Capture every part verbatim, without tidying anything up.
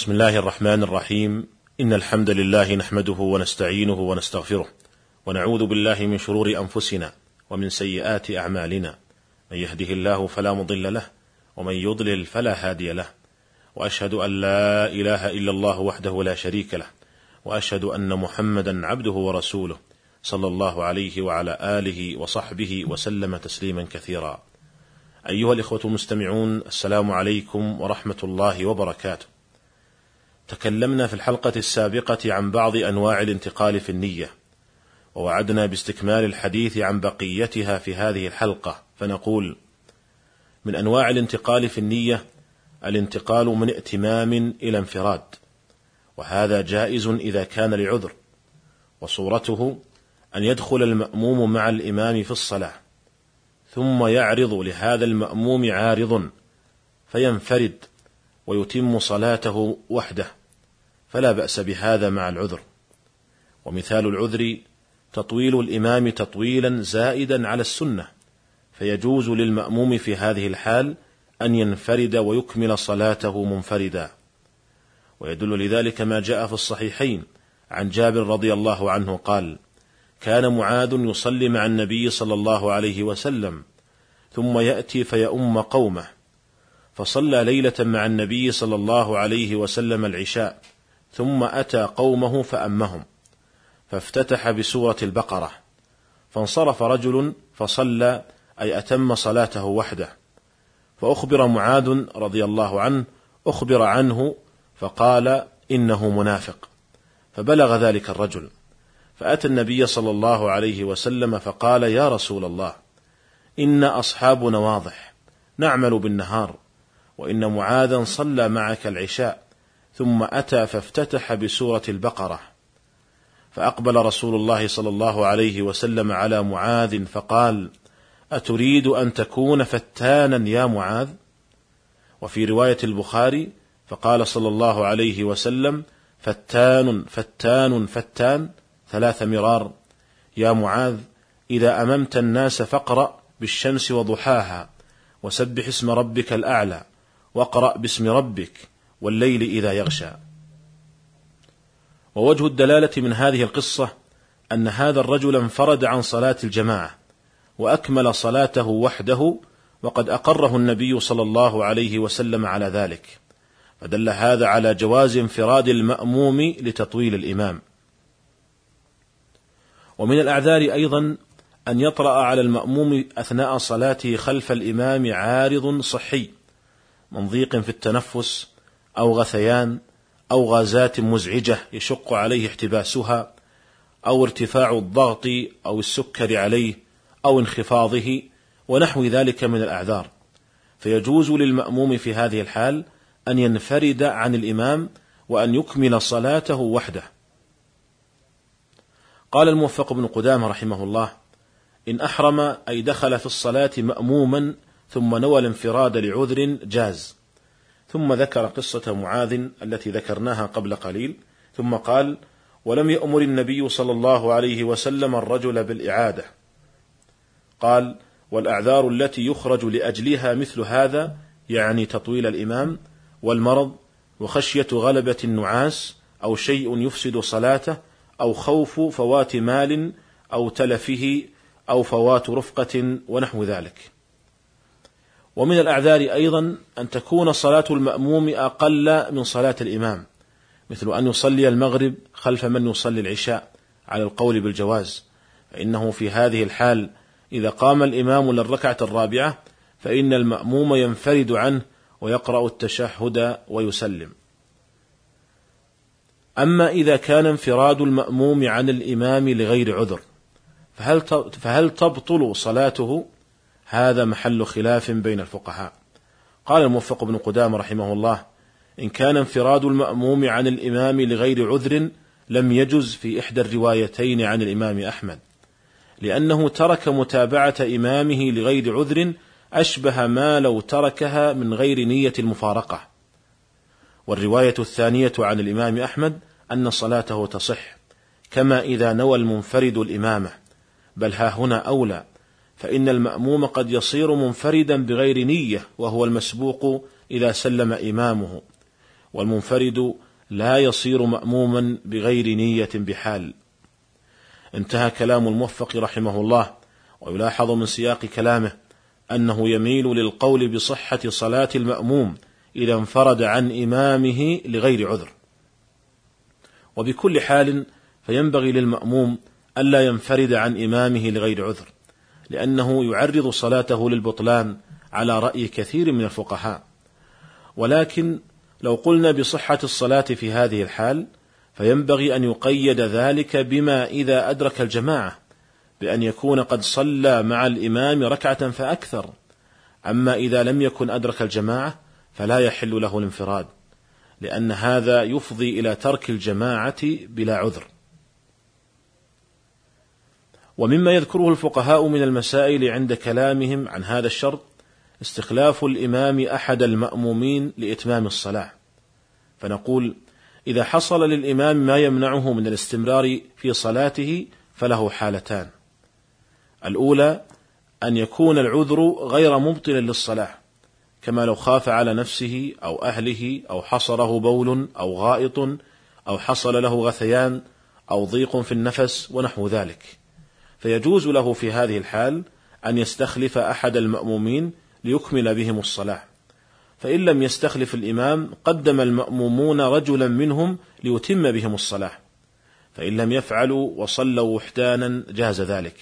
بسم الله الرحمن الرحيم. إن الحمد لله نحمده ونستعينه ونستغفره ونعوذ بالله من شرور أنفسنا ومن سيئات أعمالنا، من يهده الله فلا مضل له ومن يضلل فلا هادي له، وأشهد أن لا إله إلا الله وحده لا شريك له، وأشهد أن محمدا عبده ورسوله صلى الله عليه وعلى آله وصحبه وسلم تسليما كثيرا. أيها الإخوة المستمعون، السلام عليكم ورحمة الله وبركاته. تكلمنا في الحلقة السابقة عن بعض أنواع الانتقال في النية، ووعدنا باستكمال الحديث عن بقيتها في هذه الحلقة، فنقول: من أنواع الانتقال في النية الانتقال من ائتمام إلى انفراد، وهذا جائز إذا كان لعذر، وصورته أن يدخل المأموم مع الإمام في الصلاة ثم يعرض لهذا المأموم عارض فينفرد ويتم صلاته وحده، فلا بأس بهذا مع العذر. ومثال العذر تطويل الإمام تطويلا زائدا على السنة، فيجوز للمأموم في هذه الحال أن ينفرد ويكمل صلاته منفردا. ويدل لذلك ما جاء في الصحيحين عن جابر رضي الله عنه قال: كان معاذ يصلي مع النبي صلى الله عليه وسلم ثم يأتي فيؤم قومه، فصلى ليلة مع النبي صلى الله عليه وسلم العشاء، ثم أتى قومه فأمهم، فافتتح بسورة البقرة، فانصرف رجل فصلى أي أتم صلاته وحده، فأخبر معاذ رضي الله عنه أخبر عنه فقال: إنه منافق. فبلغ ذلك الرجل، فأتى النبي صلى الله عليه وسلم فقال: يا رسول الله، إن أصحابنا واضح نعمل بالنهار، وإن معاذا صلى معك العشاء ثم أتى فافتتح بسورة البقرة. فأقبل رسول الله صلى الله عليه وسلم على معاذ فقال: أتريد أن تكون فتانا يا معاذ؟ وفي رواية البخاري: فقال صلى الله عليه وسلم: فتان فتان فتان ثلاث مرار، يا معاذ إذا أممت الناس فاقرأ بالشمس وضحاها، وسبح اسم ربك الأعلى، واقرأ باسم ربك والليل إذا يغشى. ووجه الدلالة من هذه القصة أن هذا الرجل انفرد عن صلاة الجماعة وأكمل صلاته وحده، وقد أقره النبي صلى الله عليه وسلم على ذلك، فدل هذا على جواز انفراد المأموم لتطويل الإمام. ومن الأعذار أيضا أن يطرأ على المأموم أثناء صلاته خلف الإمام عارض صحي من ضيق في التنفس أو غثيان أو غازات مزعجة يشق عليه احتباسها، أو ارتفاع الضغط أو السكر عليه أو انخفاضه ونحو ذلك من الأعذار، فيجوز للمأموم في هذه الحال أن ينفرد عن الإمام وأن يكمل صلاته وحده. قال الموفق بن قدامة رحمه الله: إن أحرم أي دخل في الصلاة مأموما ثم نوى الانفراد لعذر جاز. ثم ذكر قصة معاذ التي ذكرناها قبل قليل، ثم قال: ولم يأمر النبي صلى الله عليه وسلم الرجل بالإعادة. قال: والأعذار التي يخرج لأجلها مثل هذا يعني تطويل الإمام والمرض وخشية غلبة النعاس أو شيء يفسد صلاته أو خوف فوات مال أو تلفه أو فوات رفقة ونحو ذلك. ومن الأعذار أيضا أن تكون صلاة المأموم أقل من صلاة الإمام، مثل أن يصلي المغرب خلف من يصلي العشاء على القول بالجواز، فإنه في هذه الحال إذا قام الإمام للركعة الرابعة فإن المأموم ينفرد عنه ويقرأ التشهد ويسلم. أما إذا كان انفراد المأموم عن الإمام لغير عذر فهل فهل تبطل صلاته؟ هذا محل خلاف بين الفقهاء. قال الموفق بن قدامة رحمه الله: إن كان انفراد المأموم عن الإمام لغير عذر لم يجز في إحدى الروايتين عن الإمام أحمد، لأنه ترك متابعة إمامه لغير عذر أشبه ما لو تركها من غير نية المفارقة. والرواية الثانية عن الإمام أحمد أن صلاته تصح، كما إذا نوى المنفرد الإمامة، بل ها هنا أولى، فإن المأموم قد يصير منفردا بغير نية وهو المسبوق إذا سلم إمامه، والمنفرد لا يصير مأموما بغير نية بحال. انتهى كلام الموفق رحمه الله. ويلاحظ من سياق كلامه أنه يميل للقول بصحة صلاة المأموم إذا انفرد عن إمامه لغير عذر. وبكل حال فينبغي للمأموم ألا ينفرد عن إمامه لغير عذر، لأنه يعرض صلاته للبطلان على رأي كثير من الفقهاء. ولكن لو قلنا بصحة الصلاة في هذه الحال فينبغي أن يقيد ذلك بما إذا أدرك الجماعة، بأن يكون قد صلى مع الإمام ركعة فأكثر. أما إذا لم يكن أدرك الجماعة فلا يحل له الانفراد، لأن هذا يفضي إلى ترك الجماعة بلا عذر. ومما يذكره الفقهاء من المسائل عند كلامهم عن هذا الشرط استخلاف الإمام أحد المأمومين لإتمام الصلاة. فنقول إذا حصل للإمام ما يمنعه من الاستمرار في صلاته فله حالتان: الأولى أن يكون العذر غير مبطل للصلاة، كما لو خاف على نفسه أو أهله أو حصره بول أو غائط أو حصل له غثيان أو ضيق في النفس ونحو ذلك، فيجوز له في هذه الحال أن يستخلف أحد المأمومين ليكمل بهم الصلاة. فإن لم يستخلف الإمام قدم المأمومون رجلا منهم ليتم بهم الصلاة، فإن لم يفعلوا وصلوا وحدانا جاز ذلك.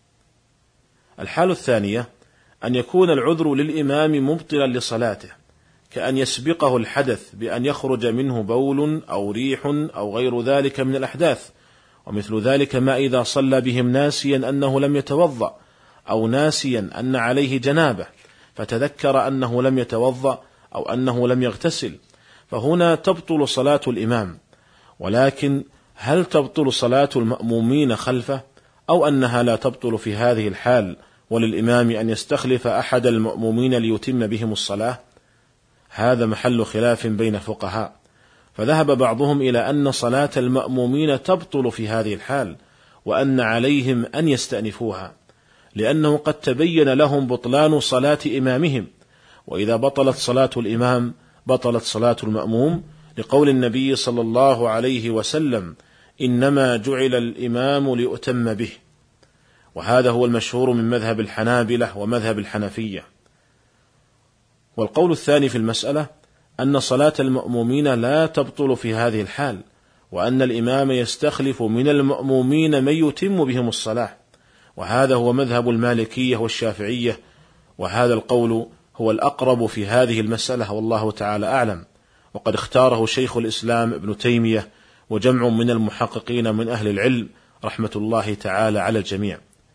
الحال الثانية أن يكون العذر للإمام مبطلا لصلاته، كأن يسبقه الحدث بأن يخرج منه بول أو ريح أو غير ذلك من الأحداث، ومثل ذلك ما إذا صلى بهم ناسيا أنه لم يتوضأ، أو ناسيا أن عليه جنابة فتذكر أنه لم يتوضأ أو أنه لم يغتسل، فهنا تبطل صلاة الإمام. ولكن هل تبطل صلاة المأمومين خلفه، أو أنها لا تبطل في هذه الحال وللإمام أن يستخلف أحد المأمومين ليتم بهم الصلاة؟ هذا محل خلاف بين الفقهاء، فذهب بعضهم إلى أن صلاة المأمومين تبطل في هذه الحال، وأن عليهم أن يستأنفوها، لأنه قد تبين لهم بطلان صلاة إمامهم، وإذا بطلت صلاة الإمام بطلت صلاة المأموم، لقول النبي صلى الله عليه وسلم: إنما جعل الإمام ليؤتم به. وهذا هو المشهور من مذهب الحنابلة ومذهب الحنفية. والقول الثاني في المسألة أن صلاة المأمومين لا تبطل في هذه الحال، وأن الإمام يستخلف من المأمومين من يتم بهم الصلاة، وهذا هو مذهب المالكية والشافعية، وهذا القول هو الأقرب في هذه المسألة، والله تعالى أعلم. وقد اختاره شيخ الإسلام ابن تيمية وجمع من المحققين من أهل العلم رحمة الله تعالى على الجميع.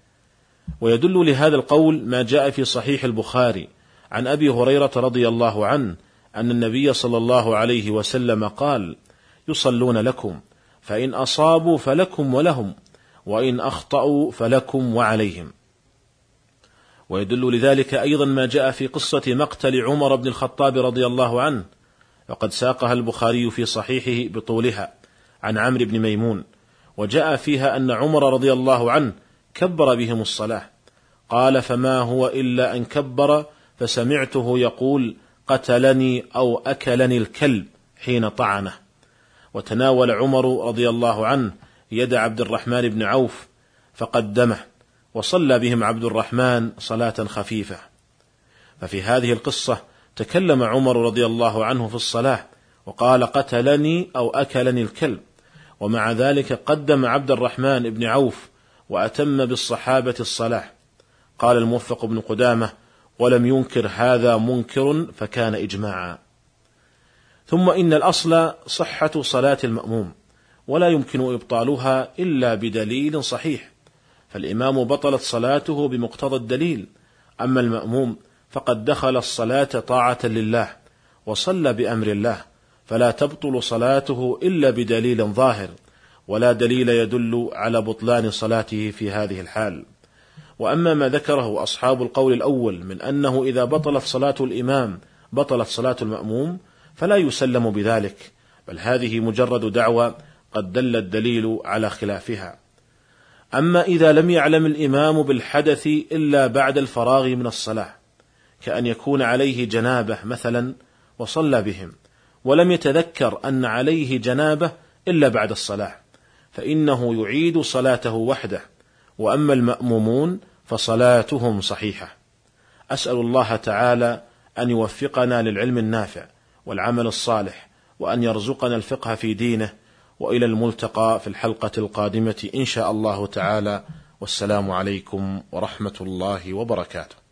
ويدل لهذا القول ما جاء في صحيح البخاري عن أبي هريرة رضي الله عنه أن النبي صلى الله عليه وسلم قال: يصلون لكم، فإن أصابوا فلكم ولهم، وإن أخطأوا فلكم وعليهم. ويدل لذلك أيضا ما جاء في قصة مقتل عمر بن الخطاب رضي الله عنه، وقد ساقها البخاري في صحيحه بطولها عن عمرو بن ميمون، وجاء فيها أن عمر رضي الله عنه كبر بهم الصلاة، قال: فما هو إلا أن كبر فسمعته يقول: قتلني أو أكلني الكلب حين طعنه. وتناول عمر رضي الله عنه يد عبد الرحمن بن عوف فقدمه، وصلى بهم عبد الرحمن صلاة خفيفة. ففي هذه القصة تكلم عمر رضي الله عنه في الصلاة وقال: قتلني أو أكلني الكلب، ومع ذلك قدم عبد الرحمن بن عوف وأتم بالصحابة الصلاة. قال الموفق بن قدامة: ولم ينكر هذا منكر فكان إجماعا. ثم إن الأصل صحة صلاة المأموم، ولا يمكن إبطالها إلا بدليل صحيح، فالإمام بطلت صلاته بمقتضى الدليل، أما المأموم فقد دخل الصلاة طاعة لله وصلى بأمر الله، فلا تبطل صلاته إلا بدليل ظاهر، ولا دليل يدل على بطلان صلاته في هذه الحال. وأما ما ذكره أصحاب القول الأول من أنه إذا بطلت صلاة الإمام بطلت صلاة المأموم فلا يسلم بذلك، بل هذه مجرد دعوة قد دل الدليل على خلافها. أما إذا لم يعلم الإمام بالحدث إلا بعد الفراغ من الصلاة، كأن يكون عليه جنابة مثلا وصلى بهم، ولم يتذكر أن عليه جنابة إلا بعد الصلاة، فإنه يعيد صلاته وحده، وأما المأمومون فصلاتهم صحيحة. أسأل الله تعالى أن يوفقنا للعلم النافع والعمل الصالح، وأن يرزقنا الفقه في دينه. وإلى الملتقى في الحلقة القادمة إن شاء الله تعالى، والسلام عليكم ورحمة الله وبركاته.